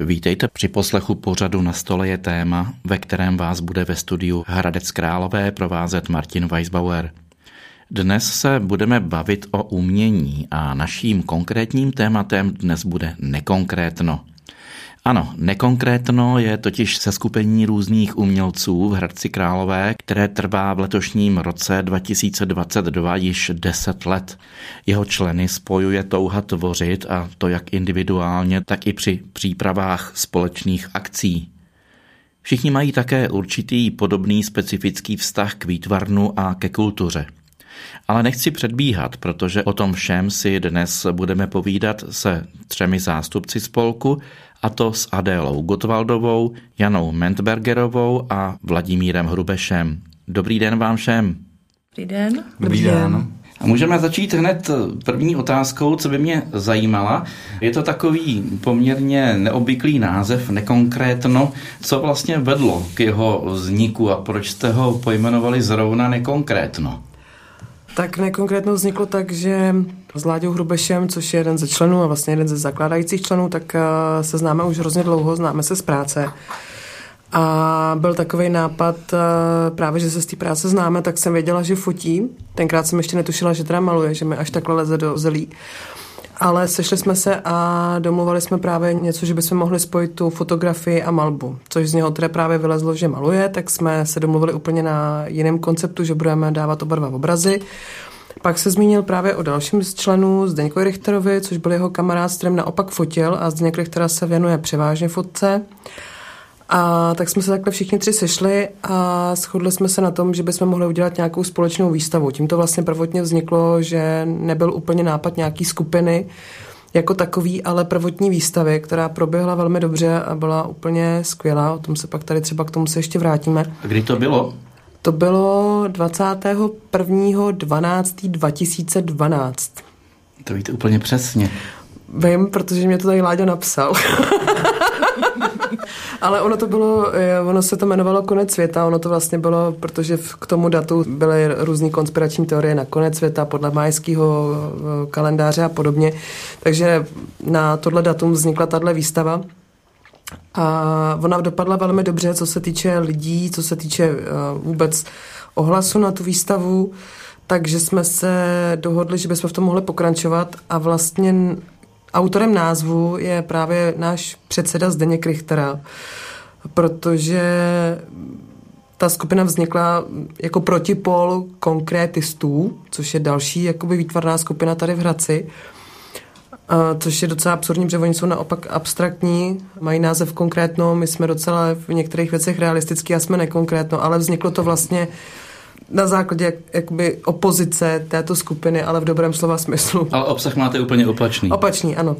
Vítejte při poslechu pořadu Na stole je téma, ve kterém vás bude ve studiu Hradec Králové provázet Martin Weisbauer. Dnes se budeme bavit o umění a naším konkrétním tématem dnes bude nekonkrétno. Ano, nekonkrétno je totiž seskupení různých umělců v Hradci Králové, které trvá v letošním roce 2022 již 10 let. Jeho členy spojuje touha tvořit, a to jak individuálně, tak i při přípravách společných akcí. Všichni mají také určitý podobný specifický vztah k výtvarnu a ke kultuře. Ale nechci předbíhat, protože o tom všem si dnes budeme povídat se 3 zástupci spolku, a to s Adélou Gottwaldovou, Janou Mentbergerovou a Vladimírem Hrubešem. Dobrý den vám všem. Dobrý den. Dobrý den. A můžeme začít hned první otázkou, co by mě zajímala. Je to takový poměrně neobvyklý název, nekonkrétno. Co vlastně vedlo k jeho vzniku a proč jste ho pojmenovali zrovna nekonkrétno? Tak nekonkrétno vzniklo tak, že s Láďou Hrubešem, což je jeden ze členů a vlastně jeden ze zakládajících členů, tak se známe už hrozně dlouho, známe se z práce. A byl takovej nápad, právě že se z té práce známe, tak jsem věděla, že fotí. Tenkrát jsem ještě netušila, že teda maluje, že mi až takhle leze do zelí. Ale sešli jsme se a domluvali jsme právě něco, že bychom mohli spojit tu fotografii a malbu. Což z něho teda právě vylezlo, že maluje, tak jsme se domluvili úplně na jiném konceptu, že budeme dávat oba dva obrazy. Pak se zmínil právě o dalším z členů, Zdeňkovi Richterovi, což byl jeho kamarád, s kterým naopak fotil, a Zdeněk Richtera se věnuje převážně fotce. A tak jsme se takhle všichni 3 sešli a shodli jsme se na tom, že bychom mohli udělat nějakou společnou výstavu. Tím to vlastně prvotně vzniklo, že nebyl úplně nápad nějaký skupiny jako takový, ale prvotní výstavy, která proběhla velmi dobře a byla úplně skvělá. O tom se pak tady třeba k tomu se ještě vrátíme. A kdy to bylo? To bylo 21.12.2012. To víte úplně přesně. Vím, protože mě to tady Láďa napsal. Ale ono se to jmenovalo Konec světa, ono to vlastně bylo, protože k tomu datu byly různý konspirační teorie na konec světa podle majského kalendáře a podobně. Takže na tohle datum vznikla tahle výstava. A ona dopadla velmi dobře, co se týče lidí, co se týče vůbec ohlasu na tu výstavu, takže jsme se dohodli, že bychom v tom mohli pokračovat a vlastně autorem názvu je právě náš předseda Zdeněk Richtera, protože ta skupina vznikla jako protipol konkrétistů, což je další jakoby výtvarná skupina tady v Hradci, což je docela absurdní, protože oni jsou naopak abstraktní, mají název konkrétno, my jsme docela v některých věcech realistický a jsme nekonkrétno, ale vzniklo to vlastně na základě jakoby opozice této skupiny, ale v dobrém slova smyslu. Ale obsah máte úplně opačný. Opačný, ano.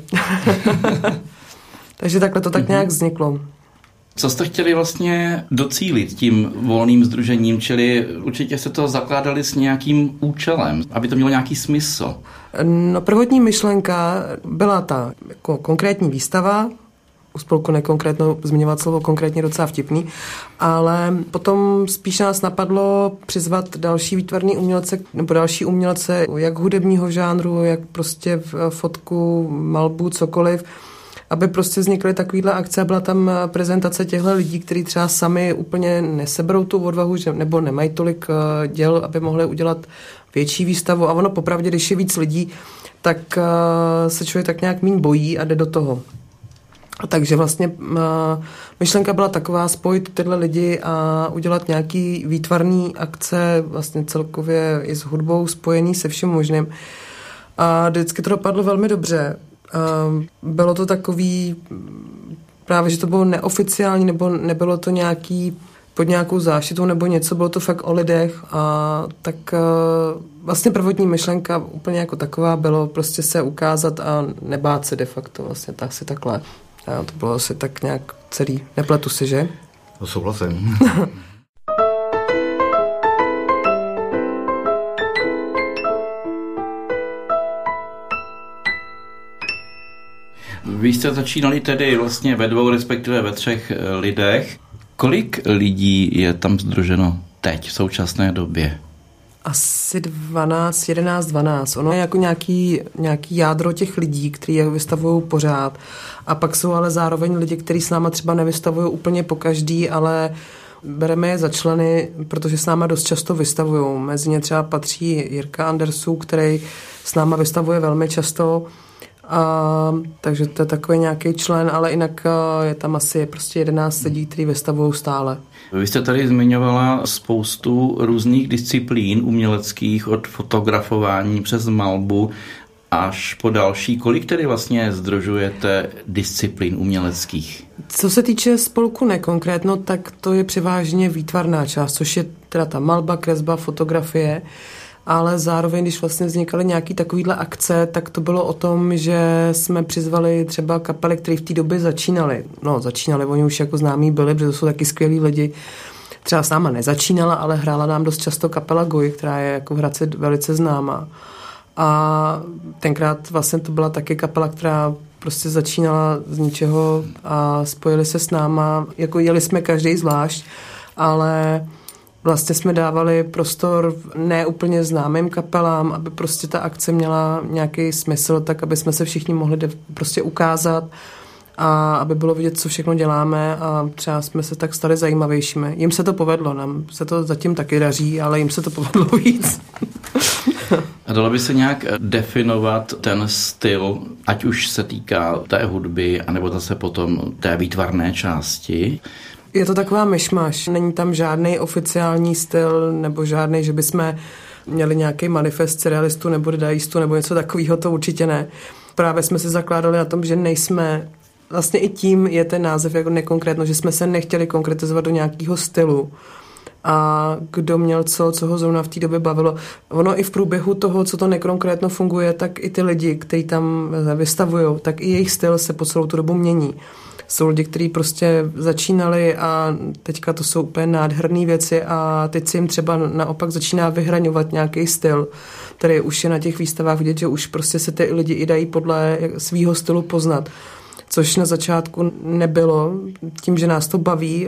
Takže takhle to tak nějak vzniklo. Co jste chtěli vlastně docílit tím volným sdružením, čili určitě jste to zakládali s nějakým účelem, aby to mělo nějaký smysl? No, prvotní myšlenka byla ta jako konkrétní výstava, u spolku nekonkrétno zmiňovat slovo konkrétně docela vtipný, ale potom spíš nás napadlo přizvat další výtvarný umělce nebo další umělce, jak hudebního žánru, jak prostě fotku, malbu, cokoliv, aby prostě vznikly takovýhle akce a byla tam prezentace těchto lidí, kteří třeba sami úplně neseberou tu odvahu, nebo nemají tolik děl, aby mohli udělat větší výstavu. A ono popravdě, když je víc lidí, tak se člověk tak nějak míň bojí a jde do toho. Takže vlastně myšlenka byla taková spojit tyhle lidi a udělat nějaký výtvarný akce, vlastně celkově i s hudbou spojený se vším možným. A vždycky to dopadlo velmi dobře. Bylo to takový, právě že to bylo neoficiální, nebo nebylo to nějaký pod nějakou záštitou nebo něco, bylo to fakt o lidech a tak vlastně prvotní myšlenka úplně jako taková bylo prostě se ukázat a nebát se de facto vlastně asi takhle. A to bylo asi tak nějak celý, nepletu si, že? To souhlasím. Vy jste začínali tedy vlastně ve 2, respektive ve 3 lidech. Kolik lidí je tam sdruženo teď, v současné době? Asi 11-12. Ono je jako nějaký jádro těch lidí, kteří je vystavují pořád. A pak jsou ale zároveň lidi, kteří s náma třeba nevystavují úplně pokaždý, ale bereme je za členy, protože s náma dost často vystavují. Mezi ně třeba patří Jirka Andersů, který s náma vystavuje velmi často. Takže to je takový nějaký člen, ale jinak je tam asi prostě 11 lidí, kteří vystavují stále. Vy jste tady zmiňovala spoustu různých disciplín uměleckých, od fotografování přes malbu až po další. Kolik tedy vlastně sdružujete disciplín uměleckých? Co se týče spolku nekonkrétno, tak to je převážně výtvarná část, což je teda ta malba, kresba, fotografie, ale zároveň, když vlastně vznikaly nějaký takovýhle akce, tak to bylo o tom, že jsme přizvali třeba kapely, které v té době začínali. Oni už jako známí byli, protože to jsou taky skvělí lidi. Třeba s náma nezačínala, ale hrála nám dost často kapela Goj, která je jako v Hradci velice známá. A tenkrát vlastně to byla taky kapela, která prostě začínala z ničeho a spojili se s náma. Jako jeli jsme každý zvlášť, ale vlastně jsme dávali prostor ne úplně známým kapelám, aby prostě ta akce měla nějaký smysl, tak aby jsme se všichni mohli prostě ukázat a aby bylo vidět, co všechno děláme a třeba jsme se tak stali zajímavějšími. Jim se to povedlo, nám se to zatím taky daří, ale jim se to povedlo víc. A dalo by se nějak definovat ten styl, ať už se týká té hudby, anebo zase potom té výtvarné části? Je to taková myšmaš. Není tam žádný oficiální styl nebo žádný, že bychom měli nějaký manifest serialistů nebo dadaistů nebo něco takového, to určitě ne. Právě jsme si zakládali na tom, že nejsme, vlastně i tím je ten název jako nekonkrétno, že jsme se nechtěli konkretizovat do nějakého stylu. A kdo měl co ho zrovna v té době bavilo. Ono i v průběhu toho, co to nekonkrétno funguje, tak i ty lidi, kteří tam vystavujou, tak i jejich styl se po celou tu dobu mění. Jsou lidi, kteří prostě začínali a teďka to jsou úplně nádherné věci a teď si jim třeba naopak začíná vyhraňovat nějaký styl, který už je na těch výstavách vidět, že už prostě se ty lidi i dají podle svýho stylu poznat. Což na začátku nebylo, tím, že nás to baví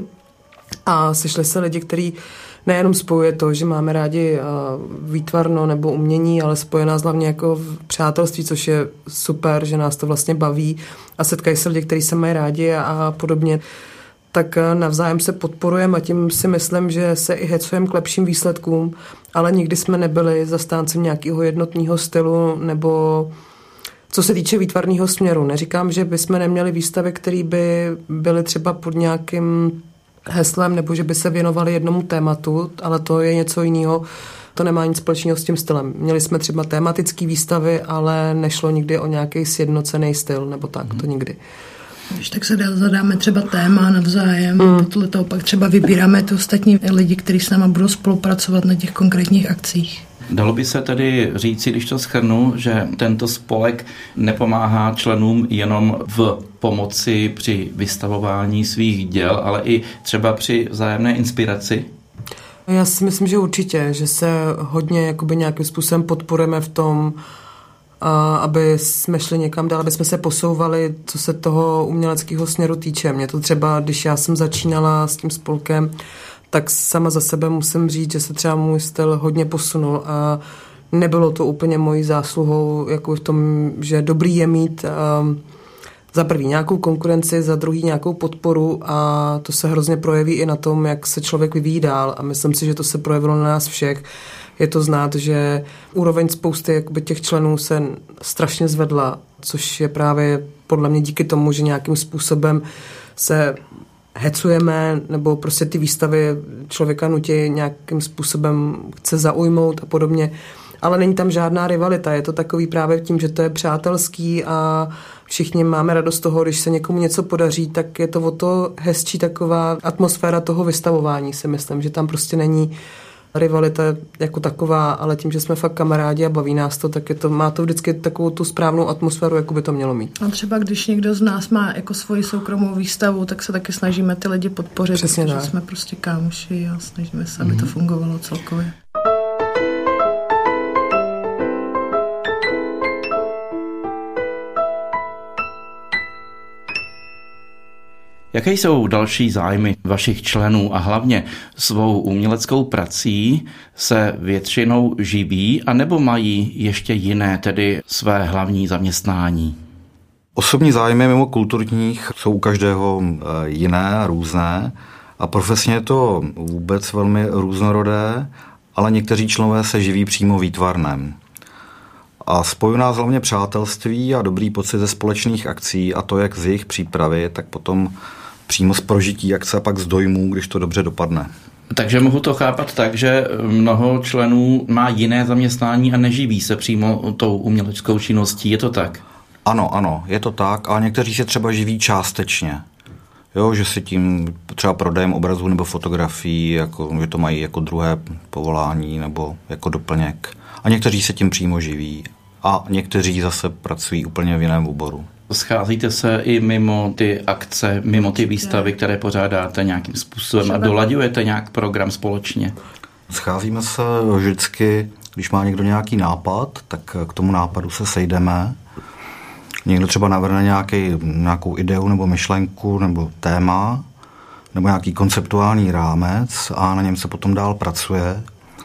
a sešli se lidi, kteří nejenom spojuje to, že máme rádi výtvarno nebo umění, ale spoje nás hlavně jako v přátelství, což je super, že nás to vlastně baví a setkají se lidi, kteří se mají rádi a podobně. Tak navzájem se podporujeme a tím si myslím, že se i hecujeme k lepším výsledkům, ale nikdy jsme nebyli zastáncem nějakého jednotného stylu nebo co se týče výtvarného směru. Neříkám, že bychom neměli výstavy, které by byly třeba pod nějakým heslem nebo že by se věnovali jednomu tématu, ale to je něco jiného. To nemá nic společného s tím stylem. Měli jsme třeba tematické výstavy, ale nešlo nikdy o nějaký sjednocený styl nebo tak, to nikdy. Když tak se zadáme třeba téma navzájem, podle toho pak třeba vybíráme ty ostatní lidi, kteří s náma budou spolupracovat na těch konkrétních akcích. Dalo by se tedy říci, když to shrnu, že tento spolek nepomáhá členům jenom v pomoci při vystavování svých děl, ale i třeba při vzájemné inspiraci? Já si myslím, že určitě, že se hodně jakoby nějakým způsobem podporujeme v tom, aby jsme šli někam dál, aby jsme se posouvali, co se toho uměleckého směru týče. Mě to třeba, když já jsem začínala s tím spolkem, tak sama za sebe musím říct, že se třeba můj styl hodně posunul a nebylo to úplně mojí zásluhou jako v tom, že dobrý je mít za prvý nějakou konkurenci, za druhý nějakou podporu a to se hrozně projeví i na tom, jak se člověk vyvíjí dál a myslím si, že to se projevilo na nás všech. Je to znát, že úroveň spousty jakoby těch členů se strašně zvedla, což je právě podle mě díky tomu, že nějakým způsobem se hecujeme, nebo prostě ty výstavy člověka nutí nějakým způsobem chce zaujmout a podobně. Ale není tam žádná rivalita, je to takový právě tím, že to je přátelský a všichni máme radost toho, když se někomu něco podaří, tak je to o to hezčí taková atmosféra toho vystavování, si myslím, že tam prostě není rivalita jako taková, ale tím, že jsme fakt kamarádi a baví nás to, tak má to vždycky takovou tu správnou atmosféru, jako by to mělo mít. A třeba když někdo z nás má jako svoji soukromou výstavu, tak se taky snažíme ty lidi podpořit, přesně protože tak. jsme prostě kámoši a snažíme se, aby to fungovalo celkově. Jaké jsou další zájmy vašich členů a hlavně svou uměleckou prací se většinou živí, anebo mají ještě jiné, tedy své hlavní zaměstnání? Osobní zájmy mimo kulturních jsou u každého jiné a různé a profesně je to vůbec velmi různorodé, ale někteří členové se živí přímo výtvarnem. A spojují nás hlavně přátelství a dobrý pocit ze společných akcí a to jak z jejich přípravy, tak potom přímo z prožití akce a pak z dojmů, když to dobře dopadne. Takže mohu to chápat tak, že mnoho členů má jiné zaměstnání a neživí se přímo tou uměleckou činností, je to tak? Ano, je to tak, ale někteří se třeba živí částečně. Jo, že si tím třeba prodejem obrazů nebo fotografií, jako, že to mají jako druhé povolání nebo jako doplněk. A někteří se tím přímo živí a někteří zase pracují úplně v jiném oboru. Scházíte se i mimo ty akce, mimo ty výstavy, které pořádáte nějakým způsobem a dolaďujete nějak program společně? Scházíme se vždycky, když má někdo nějaký nápad, tak k tomu nápadu se sejdeme. Někdo třeba navrhne nějakou ideu nebo myšlenku nebo téma nebo nějaký konceptuální rámec a na něm se potom dál pracuje.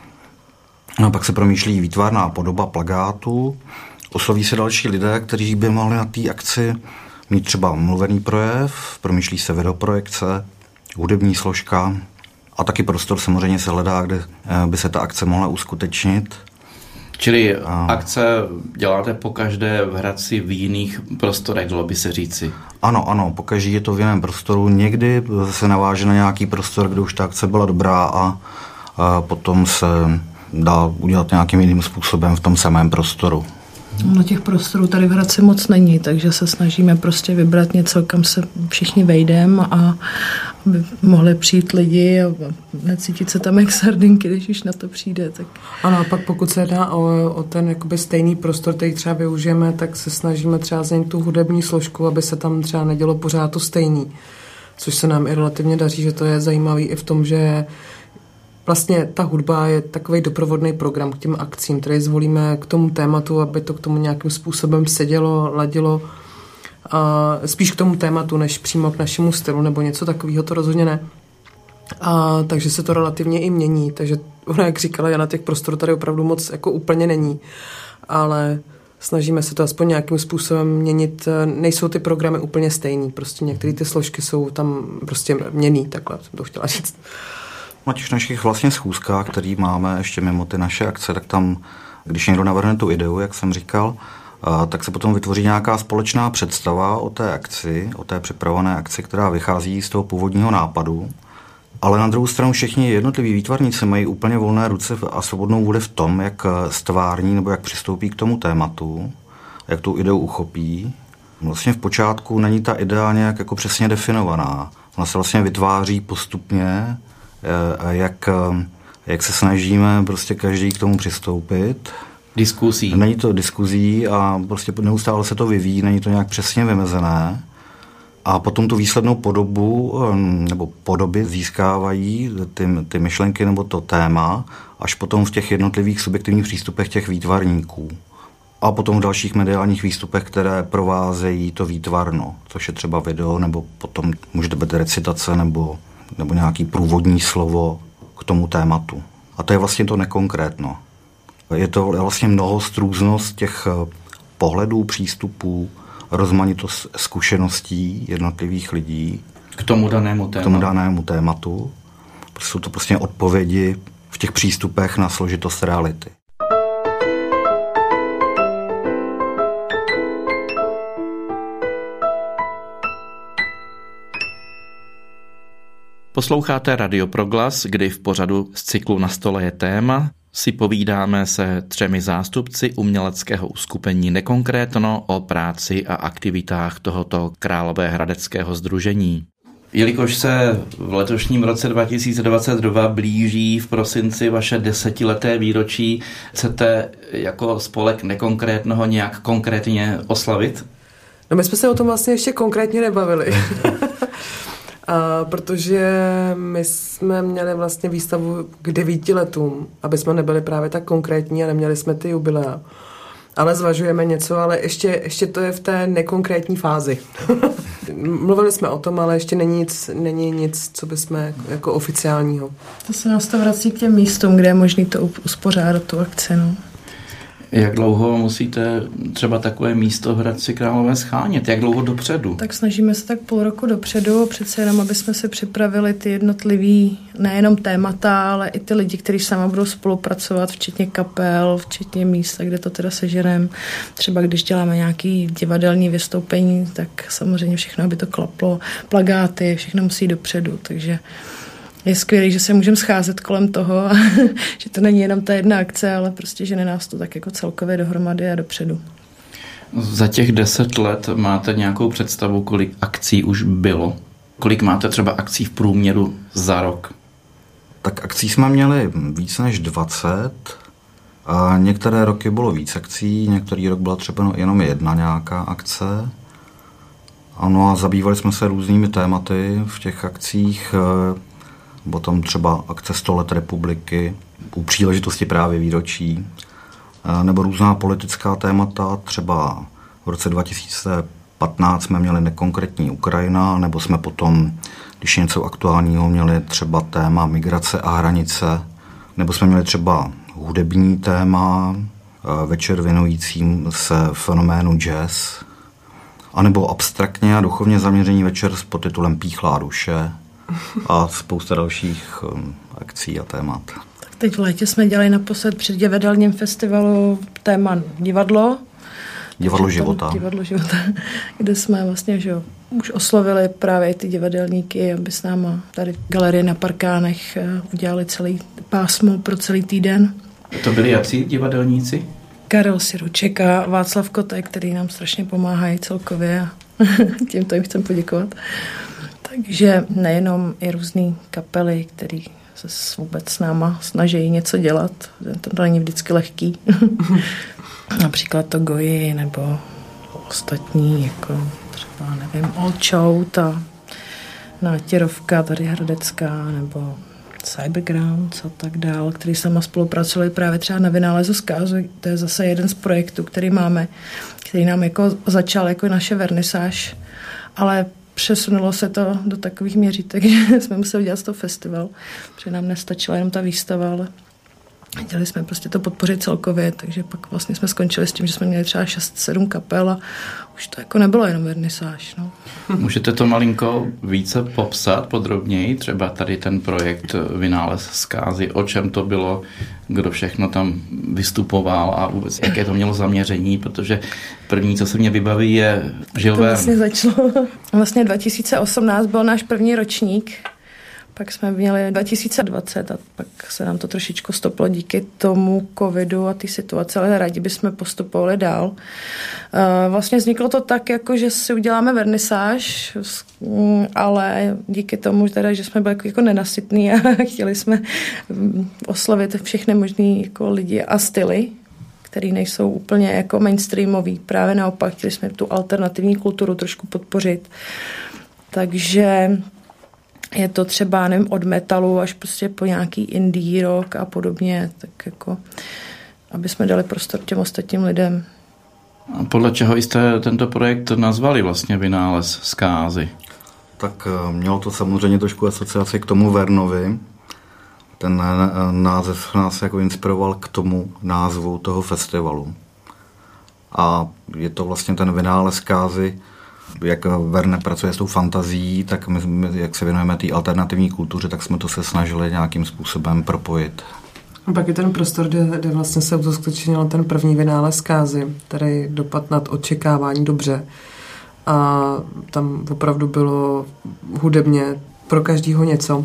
A pak se promýšlí výtvarná podoba plakátu. Osloví se další lidé, kteří by mohli na té akci mít třeba mluvený projev, promýšlí se videoprojekce, hudební složka a taky prostor samozřejmě se hledá, kde by se ta akce mohla uskutečnit. Čili akce děláte pokaždé v Hradci v jiných prostorech, dalo by se říci? Ano, pokaždé je to v jiném prostoru. Někdy se naváže na nějaký prostor, kde už ta akce byla dobrá a potom se dá udělat nějakým jiným způsobem v tom samém prostoru. No těch prostorů tady v Hradci moc není, takže se snažíme prostě vybrat něco, kam se všichni vejdeme a aby mohli přijít lidi a necítit se tam jak sardinky, když už na to přijde. Tak. Ano, a pak pokud se dá o ten jakoby stejný prostor, který třeba využijeme, tak se snažíme třeba změnit tu hudební složku, aby se tam třeba nedělo pořád to stejný. Což se nám i relativně daří, že to je zajímavý i v tom, že vlastně ta hudba je takový doprovodný program k těm akcím, který zvolíme k tomu tématu, aby to k tomu nějakým způsobem sedělo, ladilo. A spíš k tomu tématu, než přímo k našemu stylu nebo něco takového, to rozhodně ne. A takže se to relativně i mění. Takže ona, jak říkala, na těch prostorů tady opravdu moc jako úplně není. Ale snažíme se to aspoň nějakým způsobem měnit. Nejsou ty programy úplně stejný. Prostě některé ty složky jsou tam prostě měnný, takhle jsem to chtěla říct. Na těch našich vlastně schůzkách, který máme ještě mimo ty naše akce, tak tam, když někdo navrhne tu ideu, jak jsem říkal, tak se potom vytvoří nějaká společná představa o té akci, o té připravované akci, která vychází z toho původního nápadu. Ale na druhou stranu všichni jednotliví výtvarníci mají úplně volné ruce a svobodnou vůli v tom, jak stvární nebo jak přistoupí k tomu tématu, jak tu ideu uchopí. Vlastně v počátku není ta idea nějak jako přesně definovaná. Ona se vlastně vytváří postupně, jak se snažíme prostě každý k tomu přistoupit. Diskuzí. Není to diskuzí a prostě neustále se to vyvíjí, není to nějak přesně vymezené. A potom tu výslednou podobu nebo podoby získávají ty myšlenky nebo to téma až potom v těch jednotlivých subjektivních přístupech těch výtvarníků. A potom v dalších mediálních výstupech, které provázejí to výtvarno, což je třeba video, nebo potom může být recitace nebo nějaký průvodní slovo k tomu tématu. A to je vlastně to nekonkrétno. Je to vlastně mnohost, různost těch pohledů, přístupů, rozmanitost zkušeností jednotlivých lidí. K tomu danému tématu. Jsou to prostě odpovědi v těch přístupech na složitost reality. Posloucháte Radio Proglas, kdy v pořadu z cyklu Na stole je téma si povídáme se 3 zástupci uměleckého uskupení Nekonkrétno o práci a aktivitách tohoto královéhradeckého sdružení. Jelikož se v letošním roce 2022 blíží v prosinci vaše 10leté výročí, chcete jako spolek Nekonkrétnoho nějak konkrétně oslavit? No my jsme se o tom vlastně ještě konkrétně nebavili. Protože my jsme měli vlastně výstavu k 9 letům, aby jsme nebyli právě tak konkrétní a neměli jsme ty jubilea. ale zvažujeme něco, ale ještě to je v té nekonkrétní fázi. Mluvili jsme o tom, ale ještě není nic, co bychom jako oficiálního. To se nás to vrací k těm místům, kde je možné to uspořádat, tu akci. No. Jak dlouho musíte třeba takové místo v Hradci Králové schánět? Jak dlouho dopředu? Tak snažíme se tak půl roku dopředu, přece jenom, aby jsme si připravili ty jednotlivý, nejenom témata, ale i ty lidi, kteří sama budou spolupracovat, včetně kapel, včetně místa, kde to teda seženeme. Třeba když děláme nějaké divadelní vystoupení, tak samozřejmě všechno, aby to klaplo, plakáty, všechno musí dopředu, takže je skvělé, že se můžeme scházet kolem toho a že to není jenom ta jedna akce, ale prostě, že nás to tak jako celkově dohromady a dopředu. Za těch 10 let máte nějakou představu, kolik akcí už bylo? Kolik máte třeba akcí v průměru za rok? Tak akcí jsme měli víc než 20 a některé roky bylo víc akcí, některý rok byla třeba jenom jedna nějaká akce. Ano a zabývali jsme se různými tématy v těch akcích. Potom třeba akce 100 let republiky, u příležitosti právě výročí, nebo různá politická témata, třeba v roce 2015 jsme měli nekonkrétní Ukrajina, nebo jsme potom, když je něco aktuálního, měli třeba téma migrace a hranice, nebo jsme měli třeba hudební téma, večer věnujícím se fenoménu jazz, anebo abstraktně a duchovně zaměřený večer s podtitulem Píchlá duše, a spousta dalších akcí a témat. Tak teď v létě jsme dělali naposled před divadelním festivalu téma divadlo. Divadlo života. Divadlo života, kde jsme vlastně už oslovili právě ty divadelníky, aby s náma tady galerie na Parkánech udělali celý pásmo pro celý týden. To byli jací divadelníci? Karel Siruček a Václav Kotek, který nám strašně pomáhají celkově a tímto jim chcem poděkovat. Takže nejenom i různý kapely, který se vůbec s náma snaží něco dělat. To není vždycky lehký. Například to Goji nebo ostatní, jako třeba, nevím, Old Shout a Nátěrovka, tady Hradecká, nebo Cybergrounds a tak dál, který sama spolupracovali právě třeba na vynálezu zkázu. To je zase jeden z projektů, který máme, který nám jako začal jako naše vernisáž, ale přesunulo se to do takových měřítek, že jsme museli dělat to festival, protože nám nestačila jenom ta výstava, ale chtěli jsme prostě to podpořit celkově, takže pak vlastně jsme skončili s tím, že jsme měli třeba 6-7 kapel a už to jako nebylo jenom vernisáž. No. Můžete to malinko více popsat podrobněji, třeba tady ten projekt Vynález zkázy, o čem to bylo, kdo všechno tam vystupoval a vůbec jaké to mělo zaměření, protože první, co se mě vybaví, je Žil Verne. To vlastně začalo. Vlastně 2018 byl náš první ročník, pak jsme měli 2020 a pak se nám to trošičku stoplo díky tomu covidu a té situace, ale rádi bychom postupovali dál. Vlastně vzniklo to tak, jako že si uděláme vernisáž, ale díky tomu, teda, že jsme byli jako nenasytní a chtěli jsme oslovit všechny možný jako lidi a styly, který nejsou úplně jako mainstreamový. Právě naopak, chtěli jsme tu alternativní kulturu trošku podpořit. Takže je to třeba, nevím, od metalu až prostě po nějaký indie rock a podobně, tak jako, aby jsme dali prostor těm ostatním lidem. A podle čeho jste tento projekt nazvali vlastně Vynález zkázy? Tak mělo to samozřejmě trošku asociaci k tomu Vernovi. Ten název nás jako inspiroval k tomu názvu toho festivalu. A je to vlastně ten vynález zkázy. Jak Verne pracuje s tou fantazií, tak my jak se věnujeme té alternativní kultuře, tak jsme to se snažili nějakým způsobem propojit. A pak je ten prostor, kde vlastně se uskutečnil ten první vynález zkázy, který dopad nad očekávání dobře. A tam opravdu bylo hudebně pro každýho něco.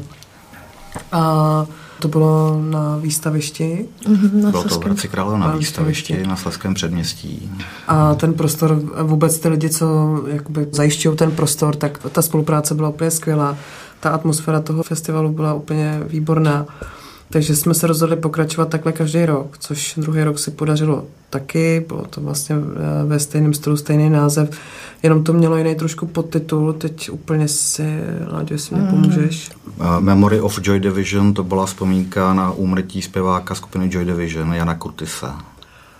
A to bylo na výstavišti. Bylo to v Hradci Králové na výstavišti, na Slezském předměstí. A ten prostor, vůbec ty lidi, co jakoby zajišťují ten prostor, tak ta spolupráce byla úplně skvělá. Ta atmosféra toho festivalu byla úplně výborná. Takže jsme se rozhodli pokračovat takhle každý rok, což druhý rok si podařilo taky. Bylo to vlastně ve stejném stylu, stejný název. Jenom to mělo jiný trošku podtitul. Teď úplně si, Láďo, jestli mě pomůžeš. Memory of Joy Division, to byla vzpomínka na úmrtí zpěváka skupiny Joy Division, Jana Curtise.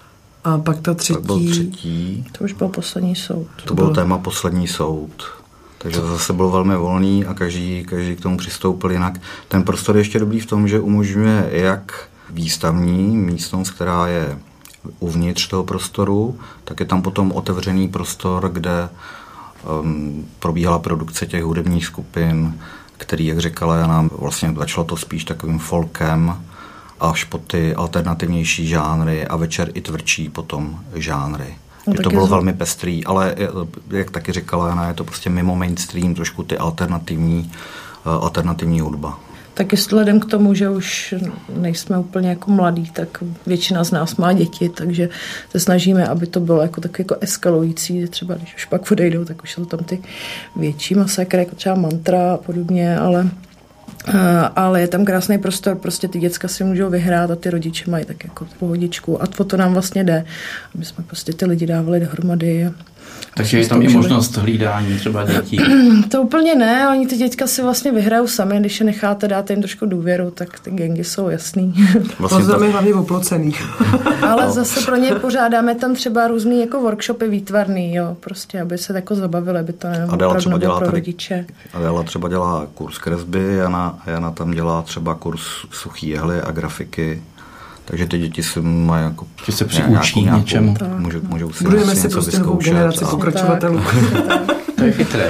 A pak ta třetí... Pak byl třetí. To už byl poslední soud. To byl téma poslední soud. Takže zase byl velmi volný a každý k tomu přistoupil jinak. Ten prostor je ještě dobrý v tom, že umožňuje jak výstavní místnost, která je uvnitř toho prostoru, tak je tam potom otevřený prostor, kde probíhala produkce těch hudebních skupin, který, jak říkala Jana, vlastně začalo to spíš takovým folkem až po ty alternativnější žánry a večer i tvrdší potom žánry. No, to bylo velmi pestrý, ale jak taky říkala Jana, je to prostě mimo mainstream, trošku ty alternativní hudba. Taky vzhledem k tomu, že už nejsme úplně jako mladí, tak většina z nás má děti, takže se snažíme, aby to bylo jako tak jako eskalující, třeba když už pak odejdou, tak už jsou tam ty větší masakry, jako třeba Mantra a podobně, ale je tam krásný prostor, prostě ty děcka si můžou vyhrát a ty rodiče mají tak jako pohodičku a o to nám vlastně jde, aby jsme prostě ty lidi dávali dohromady. Takže je tam i možnost hlídání třeba dětí? To úplně ne, oni ty děťka si vlastně vyhrajou sami, když je necháte dát jim trošku důvěru, tak ty gangy jsou jasný. Vlastně tam je hlavně oplocený. Ale zase pro ně pořádáme tam třeba různý jako workshopy výtvarný, jo, prostě, aby se jako zabavili, aby to opravdu nebylo pro rodiče. Adéla třeba dělá kurz kresby, Jana tam dělá třeba kurz suchý jehly a grafiky. Takže ty děti si mají jako... Že se přiučí něčemu. Můžou si budujeme si prostě novou generaci pokračovatelů. To je chytré.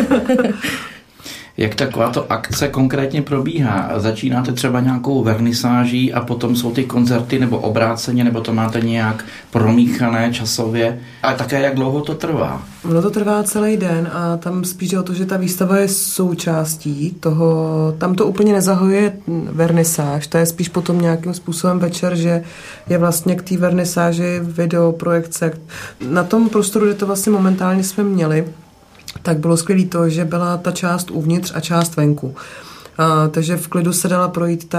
Jak takováto akce konkrétně probíhá? Začínáte třeba nějakou vernisáží a potom jsou ty koncerty nebo obráceně, nebo to máte nějak promíchané časově? A také jak dlouho to trvá? Ono to trvá celý den a tam spíš o to, že ta výstava je součástí toho, tam to úplně nezahojuje vernisáž, to je spíš potom nějakým způsobem večer, že je vlastně k té vernisáži videoprojekce. Na tom prostoru, kde to vlastně momentálně jsme měli, tak bylo skvělé to, že byla ta část uvnitř a část venku. Takže v klidu se dala projít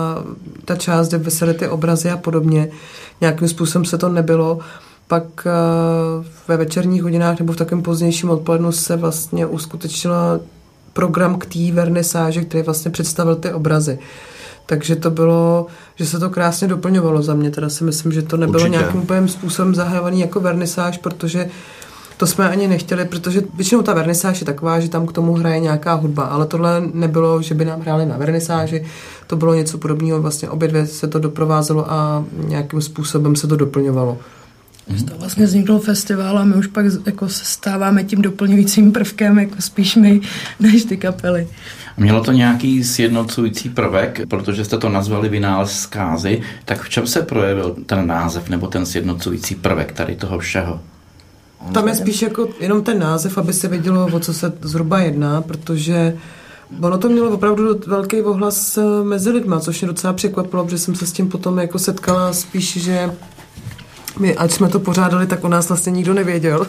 ta část, kde vysely ty obrazy a podobně. Nějakým způsobem se to nebylo. Pak ve večerních hodinách nebo v takovém pozdějším odpolednu se vlastně uskutečnila program k té vernisáži, který vlastně představil ty obrazy. Takže to bylo, že se to krásně doplňovalo za mě. Teda si myslím, že to nebylo nějakým úplně způsobem zahajovaný jako vernisáž, protože to jsme ani nechtěli, protože většinou ta vernisáž je taková, že tam k tomu hraje nějaká hudba, ale tohle nebylo, že by nám hráli na vernisáži, to bylo něco podobného, vlastně obě dvě se to doprovázelo a nějakým způsobem se to doplňovalo. To vlastně vznikl festival a my už pak jako se stáváme tím doplňujícím prvkem, jako spíš my, než ty kapely. Mělo to nějaký sjednocující prvek, protože jste to nazvali Vynález zkázy, tak v čem se projevil ten název nebo ten sjednocující prvek tady toho všeho? Tam je spíš jako jenom ten název, aby se vědělo, o co se zhruba jedná, protože ono to mělo opravdu velký ohlas mezi lidma, což mě docela překvapilo, protože jsem se s tím potom jako setkala spíš, že my, ať jsme to pořádali, tak o nás vlastně nikdo nevěděl.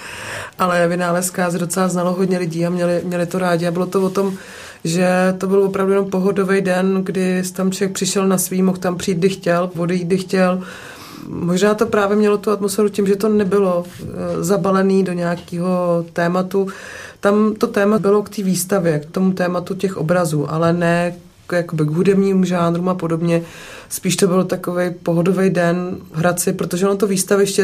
Ale Vynález zkázy docela znalo hodně lidí a měli to rádi a bylo to o tom, že to byl opravdu jenom pohodový den, kdy tam člověk přišel na svý, mohl tam přijít, kdy chtěl, odejít, kdy chtěl. Možná to právě mělo tu atmosféru tím, že to nebylo zabalené do nějakého tématu. Tam to téma bylo k té výstavě, k tomu tématu těch obrazů, ale ne jakoby k hudebním žánrům a podobně. Spíš to byl takovej pohodový den v Hradci, protože ono to výstaviště,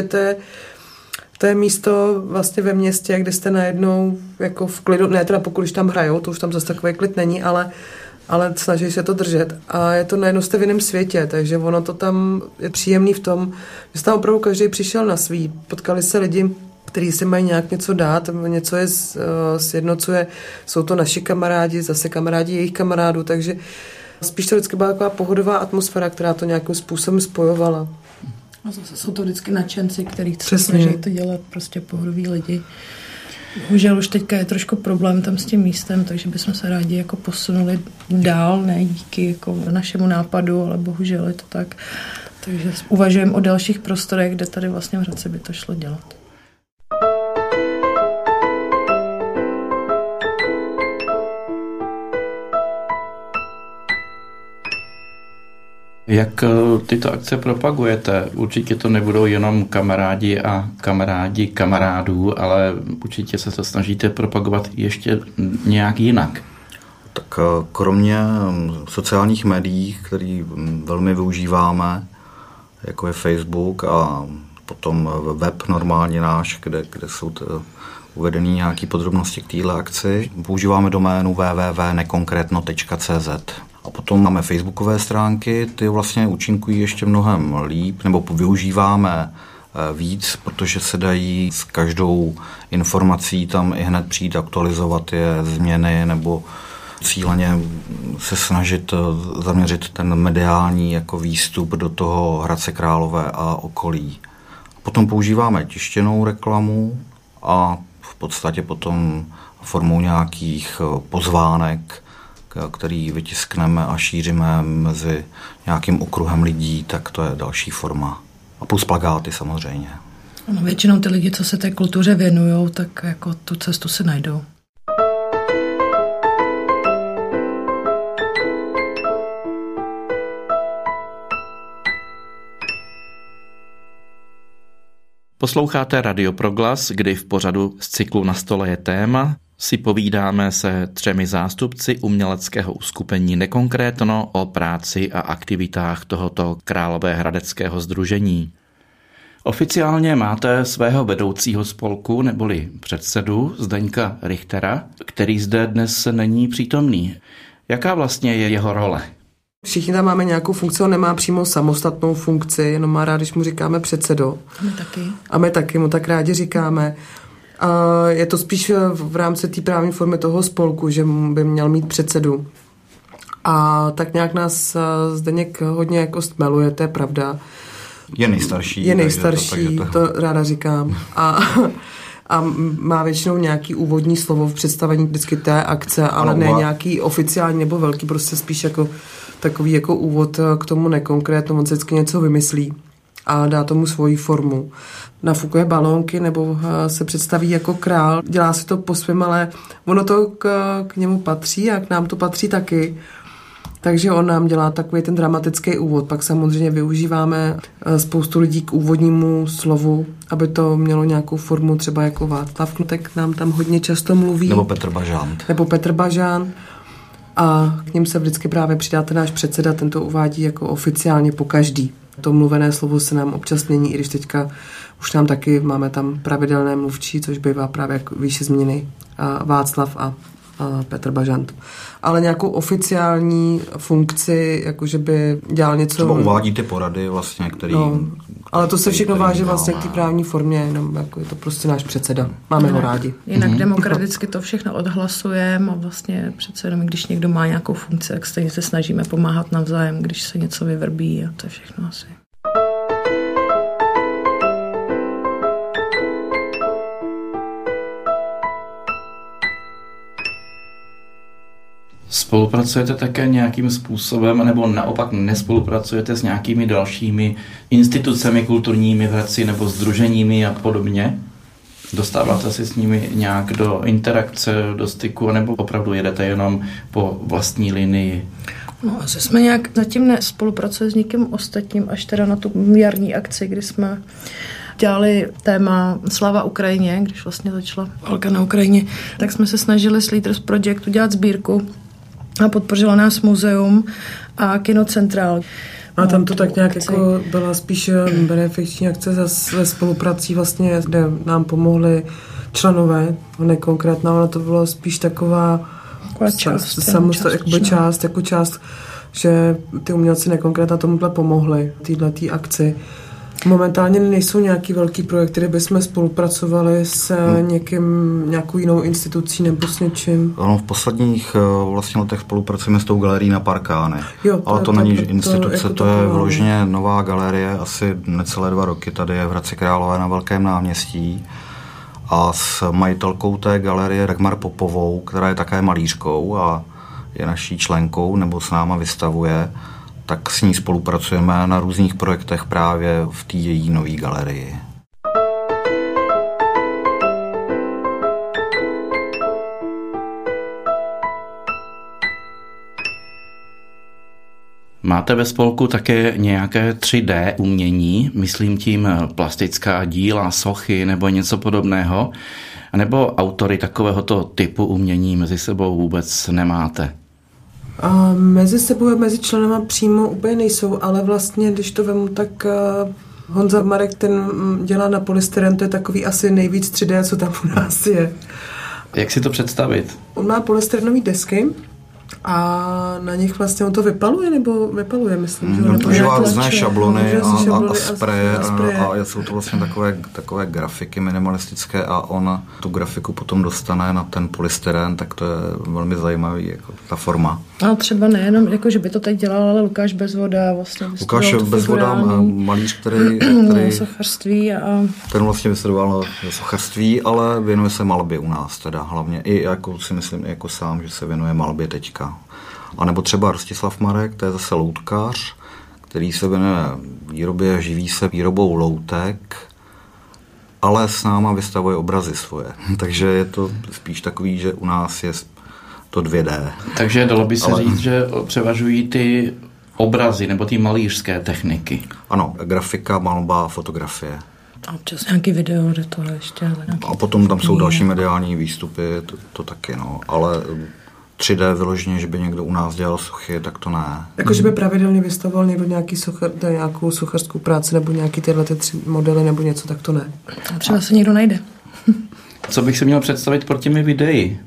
to je místo vlastně ve městě, kde jste najednou jako v klidu, ne teda pokud tam hrajou, to už tam zase takový klid není, ale snaží se to držet a je to najednou jste v jiném světě, takže ono to tam je příjemný v tom, že tam opravdu každý přišel na svý, potkali se lidi, kteří si mají nějak něco dát, něco je sjednocuje, jsou to naši kamarádi, zase kamarádi jejich kamarádů, takže spíš to vždycky byla taková pohodová atmosféra, která to nějakým způsobem spojovala. A zase jsou to vždycky nadšenci, kteří se snaží to dělat, prostě pohodoví lidi. Bohužel už teďka je trošku problém tam s tím místem, takže bychom se rádi jako posunuli dál, ne díky jako našemu nápadu, ale bohužel je to tak. Takže uvažujeme o dalších prostorech, kde tady vlastně v Hradci by to šlo dělat. Jak tyto akce propagujete? Určitě to nebudou jenom kamarádi a kamarádi kamarádů, ale určitě se to snažíte propagovat ještě nějak jinak. Tak kromě sociálních médií, které velmi využíváme, jako je Facebook a potom web normálně náš, kde jsou uvedené nějaké podrobnosti k téhle akci. Používáme doménu www.nekonkretno.cz. A potom máme facebookové stránky, ty vlastně účinkují ještě mnohem líp, nebo využíváme víc, protože se dají s každou informací tam i hned přijít aktualizovat je změny nebo cíleně se snažit zaměřit ten mediální jako výstup do toho Hradce Králové a okolí. Potom používáme tištěnou reklamu a v podstatě potom formou nějakých pozvánek, který vytiskneme a šíříme mezi nějakým okruhem lidí, tak to je další forma. A plus plakáty samozřejmě. No, většinou ty lidi, co se té kultuře věnují, tak jako tu cestu si najdou. Posloucháte Radio Proglas, kdy v pořadu z cyklu Na stole je téma si povídáme se 3 zástupci uměleckého uskupení Nekonkrétno o práci a aktivitách tohoto královéhradeckého sdružení. Oficiálně máte svého vedoucího spolku neboli předsedu Zdeňka Richtera, který zde dnes není přítomný. Jaká vlastně je jeho role? Všichni tam máme nějakou funkci, on nemá přímo samostatnou funkci, jenom má rád, když mu říkáme předsedo. A my taky mu tak rádi říkáme. A je to spíš v rámci té právní formy toho spolku, že by měl mít předsedu. A tak nějak nás Zdeněk hodně jako stmeluje, to je pravda. Je nejstarší. To ráda říkám. A má většinou nějaký úvodní slovo v představení vždycky té akce, ale ne nějaký oficiální nebo velký, prostě spíš jako takový jako úvod k tomu Nekonkrétno, on se vždycky něco vymyslí a dá tomu svoji formu. Nafukuje balónky nebo se představí jako král, dělá si to po svém, ale ono to k němu patří a k nám to patří taky. Takže on nám dělá takový ten dramatický úvod. Pak samozřejmě využíváme spoustu lidí k úvodnímu slovu, aby to mělo nějakou formu, třeba jako Václav Knutek nám tam hodně často mluví. Nebo Petr Bažant. A k ním se vždycky právě přidá ten náš předseda, ten to uvádí jako oficiálně po každý. To mluvené slovo se nám občas mění, i když teďka už nám taky máme tam pravidelné mluvčí, což bývá právě jako výše změny Václav a Petr Bažant. Ale nějakou oficiální funkci, jakože by dělal něco... Třeba uvádí ty porady vlastně, který... No, ale to se všechno váže vlastně k té právní formě, jenom jako je to prostě náš předseda. Máme ho rádi. Jinak demokraticky to všechno odhlasujeme a vlastně přece jenom, když někdo má nějakou funkci, tak stejně se snažíme pomáhat navzájem, když se něco vyvrbí a to je všechno asi. Spolupracujete také nějakým způsobem, nebo naopak nespolupracujete s nějakými dalšími institucemi kulturními v Hradci nebo sdruženími a podobně? Dostáváte si s nimi nějak do interakce, do styku, nebo opravdu jedete jenom po vlastní linii? No, asi jsme nějak zatím nespolupracovali s nikým ostatním, až teda na tu jarní akci, kdy jsme dělali téma Slava Ukrajině, když vlastně začala válka na Ukrajině, tak jsme se snažili s Leaders Project udělat sbírku a podpořilo nás muzeum a Kinocentrál. A tam to tak nějak jako byla spíš benefiční akce ve spoluprací vlastně, kde nám pomohli členové, Nekonkrétno, ale to bylo spíš taková část, že ty umělci Nekonkrétno tomuhle pomohli, této akci. Momentálně nejsou nějaký velký projekt, který bychom spolupracovali s nějakou jinou institucí nebo s něčím. Ano, v posledních vlastně letech spolupracujeme s tou galerií na Parkány. Ale to není instituce, to je vyloženě nová galerie, asi necelé 2 roky tady je v Hradci Králové na Velkém náměstí. A s majitelkou té galerie Dagmar Popovou, která je také malířkou a je naší členkou nebo s náma vystavuje, tak s ní spolupracujeme na různých projektech právě v té její nové galerii. Máte ve spolku také nějaké 3D umění, myslím tím plastická díla, sochy nebo něco podobného, nebo autory takovéhoto typu umění mezi sebou vůbec nemáte? Mezi sebou a mezi členama přímo úplně nejsou, ale vlastně, když to vemu, tak Honza Marek, ten dělá na polystyren, to je takový asi nejvíc 3D, co tam u nás je. Jak si to představit? On má polystyrenové desky a na nich vlastně on to vypaluje, myslím. Že používá různé šablony a spreje a jsou to vlastně takové grafiky minimalistické a on tu grafiku potom dostane na ten polystyren, tak to je velmi zajímavý, jako ta forma. A třeba nejenom, jako, že by to teď dělal, ale Lukáš Bezvoda vlastně. Lukáš Bezvoda, malíř, který sochařství a... Ten vlastně vystudoval sochařství, ale věnuje se malbě u nás teda hlavně. I jako si myslím, jako sám, že se věnuje malbě teďka. A nebo třeba Rostislav Marek, to je zase loutkař, který se věnuje výrobě, živí se výrobou loutek, ale s náma vystavuje obrazy svoje. Takže je to spíš takový, že u nás je to 2D. Takže dalo by se říct, že převažují ty obrazy nebo ty malířské techniky. Ano, grafika, malba, fotografie. A občas nějaký video do toho ještě. A potom tam jsou další mediální výstupy, to taky, no. Ale 3D vyloženě, že by někdo u nás dělal sochy, tak to ne. Jako, že by pravidelně vystavoval někdo nějakou sochařskou práci nebo nějaký tyhle 3 modely nebo něco, tak to ne. A třeba se někdo najde. Co bych si měl představit pod těmi videi?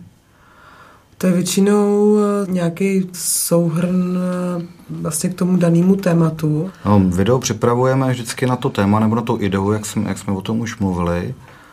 To je většinou nějaký souhrn vlastně k tomu danému tématu. No, video připravujeme vždycky na to téma nebo na tu ideu, jak jsme o tom už mluvili.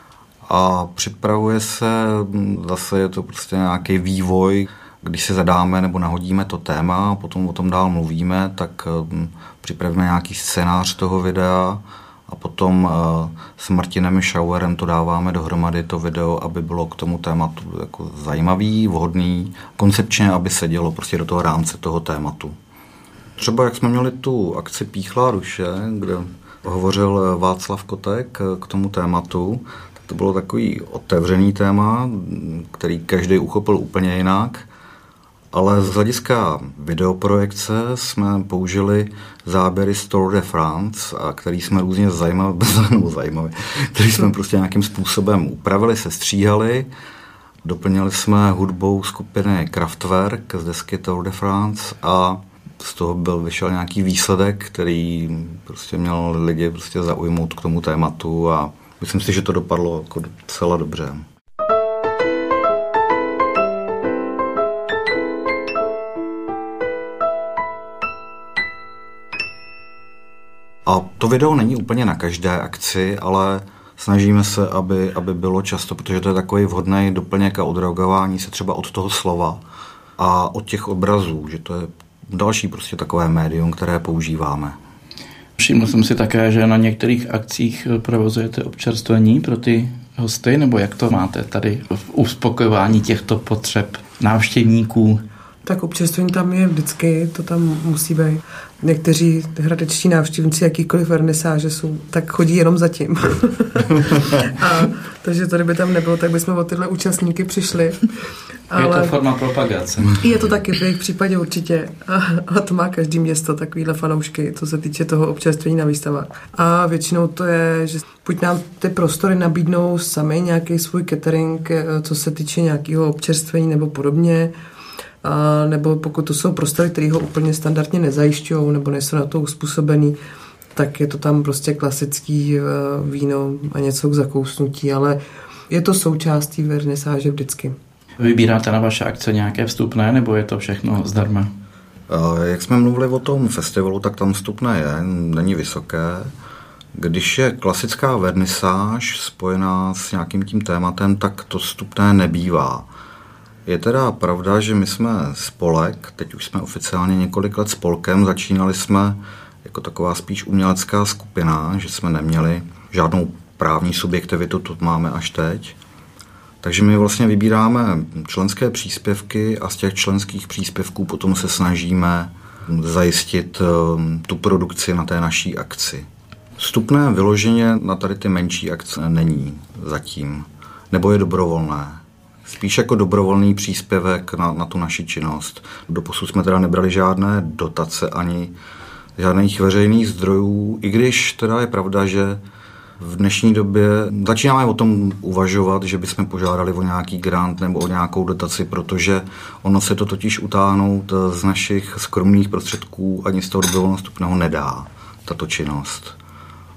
A připravuje se, zase je to prostě nějaký vývoj, když si zadáme nebo nahodíme to téma a potom o tom dál mluvíme, tak připravíme nějaký scénář toho videa a potom s Martinem Schauerem to dáváme dohromady, to video, aby bylo k tomu tématu jako zajímavý, vhodný, koncepčně, aby sedělo prostě do toho rámce toho tématu. Třeba jak jsme měli tu akci Píchlá duše, kde hovořil Václav Kotek k tomu tématu, tak to bylo takový otevřený téma, který každý uchopil úplně jinak, ale z hlediska videoprojekce jsme použili záběry z Tour de France, který jsme různě zajímavě, který jsme prostě nějakým způsobem upravili, sestříhali. Doplnili jsme hudbou skupiny Kraftwerk z desky Tour de France a z toho vyšel nějaký výsledek, který prostě měl lidi prostě zaujmout k tomu tématu a myslím si, že to dopadlo jako docela dobře. A to video není úplně na každé akci, ale snažíme se, aby bylo často, protože to je takový vhodný doplněk a odreagování se třeba od toho slova a od těch obrazů, že to je další prostě takové médium, které používáme. Všiml jsem si také, že na některých akcích provozujete občerstvení pro ty hosty, nebo jak to máte tady v uspokojování těchto potřeb návštěvníků? Tak občerstvení tam je vždycky, to tam musí být. Někteří hradečtí návštěvníci jakýkoliv vernisáže jsou, tak chodí jenom za tím. Takže to, kdyby tam nebylo, tak bychom o tyhle účastníky přišli. Ale je to forma propagace. Je to taky v jejich případě určitě. A to má každý město takovýhle fanoušky, co se týče toho občerstvení na výstavách. A většinou to je, že buď nám ty prostory nabídnou sami nějaký svůj catering, co se týče nějakého občerstvení nebo podobně, a nebo pokud to jsou prostory, které ho úplně standardně nezajišťují nebo nejsou na to uspůsobený, tak je to tam prostě klasický víno a něco k zakousnutí, ale je to součástí vernisáže vždycky. Vybíráte na vaše akce nějaké vstupné, nebo je to všechno zdarma? Jak jsme mluvili o tom festivalu, tak tam vstupné je, není vysoké. Když je klasická vernisáž spojená s nějakým tím tématem, tak to vstupné nebývá. Je teda pravda, že my jsme spolek, teď už jsme oficiálně několik let spolkem, začínali jsme jako taková spíš umělecká skupina, že jsme neměli žádnou právní subjektivitu, to máme až teď. Takže my vlastně vybíráme členské příspěvky a z těch členských příspěvků potom se snažíme zajistit tu produkci na té naší akci. Vstupné vyloženě na tady ty menší akce není zatím, nebo je dobrovolné. Spíš jako dobrovolný příspěvek na tu naši činnost. Doposud jsme teda nebrali žádné dotace ani žádných veřejných zdrojů, i když teda je pravda, že v dnešní době začínáme o tom uvažovat, že bychom požádali o nějaký grant nebo o nějakou dotaci, protože ono se to totiž utáhnout z našich skromných prostředků ani z toho dobrovolného vstupného nedá, tato činnost.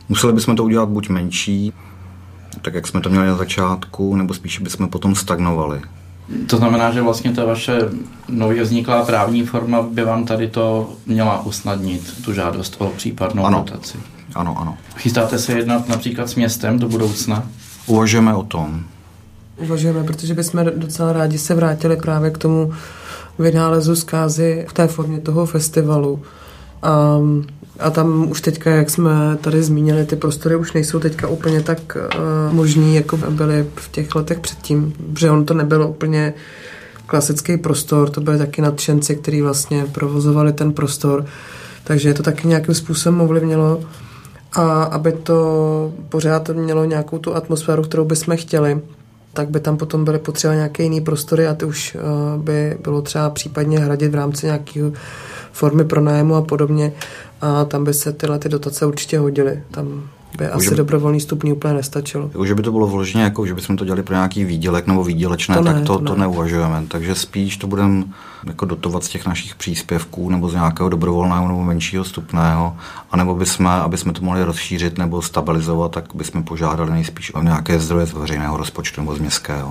Museli bychom to udělat buď menší, tak jak jsme to měli na začátku, nebo spíš bychom potom stagnovali. To znamená, že vlastně ta vaše nově vzniklá právní forma by vám tady to měla usnadnit, tu žádost o případnou dotaci. Ano. Chystáte se jednat například s městem do budoucna? Uvažujeme o tom. Uvažujeme, protože bychom docela rádi se vrátili právě k tomu vynálezu zkázy v té formě toho festivalu. A tam už teďka, jak jsme tady zmínili, ty prostory už nejsou teďka úplně tak možný, jako byly v těch letech předtím, protože on to nebyl úplně klasický prostor, to byly taky nadšenci, kteří vlastně provozovali ten prostor, takže je to taky nějakým způsobem ovlivnilo, a aby to pořád mělo nějakou tu atmosféru, kterou bychom chtěli, tak by tam potom byly potřeba nějaké jiné prostory a ty už by bylo třeba případně hradit v rámci nějaké formy pronájmu a podobně, a tam by se tyhle ty dotace určitě hodily. Tam by asi dobrovolný vstupní úplně nestačilo. Že by to bylo vloženě jako, že bychom to dělali pro nějaký výdělek nebo výdělečné, to neuvažujeme. Takže spíš to budeme jako dotovat z těch našich příspěvků nebo z nějakého dobrovolného nebo menšího vstupného, anebo aby jsme to mohli rozšířit nebo stabilizovat, tak bychom požádali nejspíš o nějaké zdroje z veřejného rozpočtu nebo z městského.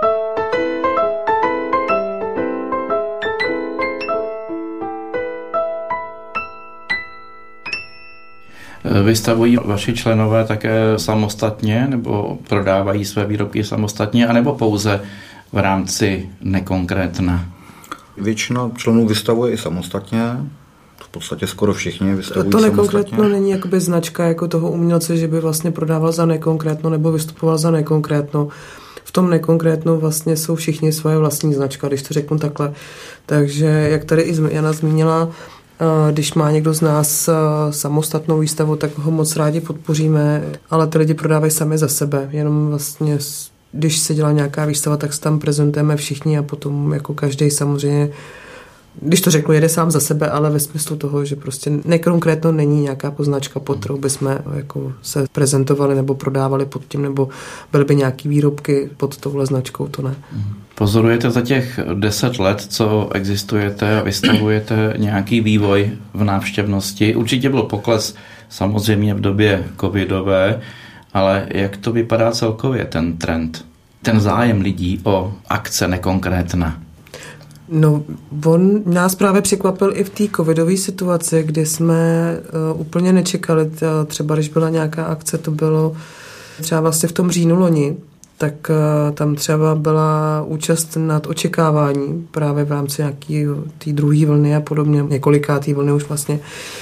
Vystavují vaši členové také samostatně nebo prodávají své výrobky samostatně, anebo pouze v rámci Nekonkrétna? Většina členů vystavuje i samostatně, v podstatě skoro všichni vystavují to samostatně. To Nekonkrétno není jakoby značka jako toho umělce, že by vlastně prodával za Nekonkrétno nebo vystupoval za Nekonkrétno. V tom Nekonkrétnu vlastně jsou všichni svoje vlastní značka, když to řeknu takhle. Takže jak tady i Jana zmínila, když má někdo z nás samostatnou výstavu, tak ho moc rádi podpoříme, ale ty lidi prodávají sami za sebe. Jenom vlastně, když se dělá nějaká výstava, tak se tam prezentujeme všichni a potom jako každý samozřejmě, když to řeknu, jede sám za sebe, ale ve smyslu toho, že prostě Nekonkrétno není nějaká poznačka, pod kterou bychom jako se prezentovali nebo prodávali pod tím, nebo byly by nějaký výrobky pod touhle značkou, to ne. Pozorujete za těch 10 let, co existujete a vystavujete nějaký vývoj v návštěvnosti? Určitě byl pokles samozřejmě v době covidové, ale jak to vypadá celkově ten trend? Ten zájem lidí o akce Nekonkrétna? No, on nás právě překvapil i v té covidové situaci, kdy jsme úplně nečekali, třeba když byla nějaká akce, to bylo třeba vlastně v tom říjnu loni, tak tam třeba byla účast nad očekávání právě v rámci nějaký té druhé vlny a podobně, několikátý vlny už vlastně,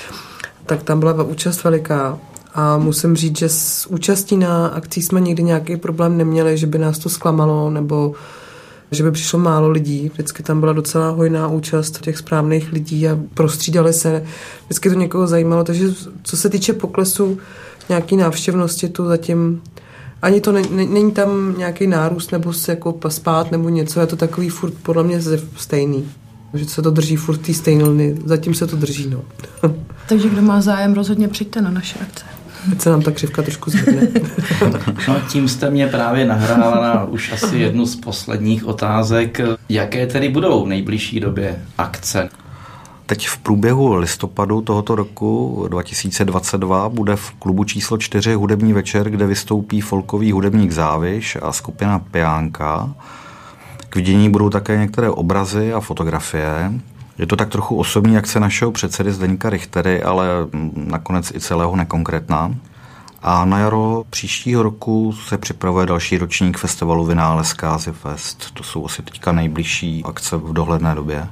tak tam byla účast veliká. A musím říct, že s účastí na akcí jsme nikdy nějaký problém neměli, že by nás to zklamalo, nebo že by přišlo málo lidí. Vždycky tam byla docela hojná účast těch správných lidí a prostřídali se. Vždycky to někoho zajímalo, takže co se týče poklesu nějaký návštěvnosti, tu zatím ani to není tam nějaký nárůst nebo se jako spát nebo něco, je to takový furt podle mě stejný. Že se to drží furt tý stejný, zatím se to drží, no. Takže kdo má zájem, rozhodně přijďte na naše akce. Teď se nám ta křivka trošku zvedne. No, tím jste mě právě nahrála na už asi jednu z posledních otázek. Jaké tedy budou v nejbližší době akce? Teď v průběhu listopadu tohoto roku 2022 bude v klubu číslo 4 hudební večer, kde vystoupí folkový hudebník Záviš a skupina Piánka. K vidění budou také některé obrazy a fotografie. Je to tak trochu osobní akce našeho předsedy Zdeňka Richtery, ale nakonec i celého Nekonkrétna. A na jaro příštího roku se připravuje další ročník festivalu Vynález zkázy Fest. To jsou asi teďka nejbližší akce v dohledné době.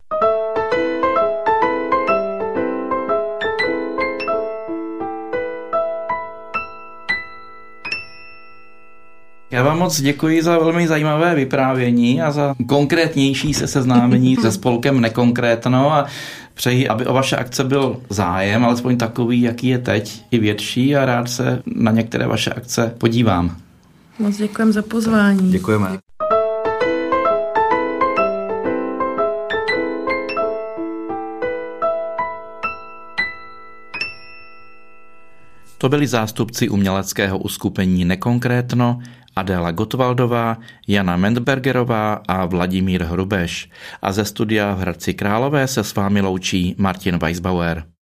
Já vám moc děkuji za velmi zajímavé vyprávění a za konkrétnější seznámení se spolkem Nekonkrétno a přeji, aby o vaše akce byl zájem, alespoň takový, jaký je teď, i větší, a rád se na některé vaše akce podívám. Moc děkujeme za pozvání. Děkujeme. To byli zástupci uměleckého uskupení Nekonkrétno, Adéla Gottwaldová, Jana Mendbergerová a Vladimír Hrubeš. A ze studia v Hradci Králové se s vámi loučí Martin Weisbauer.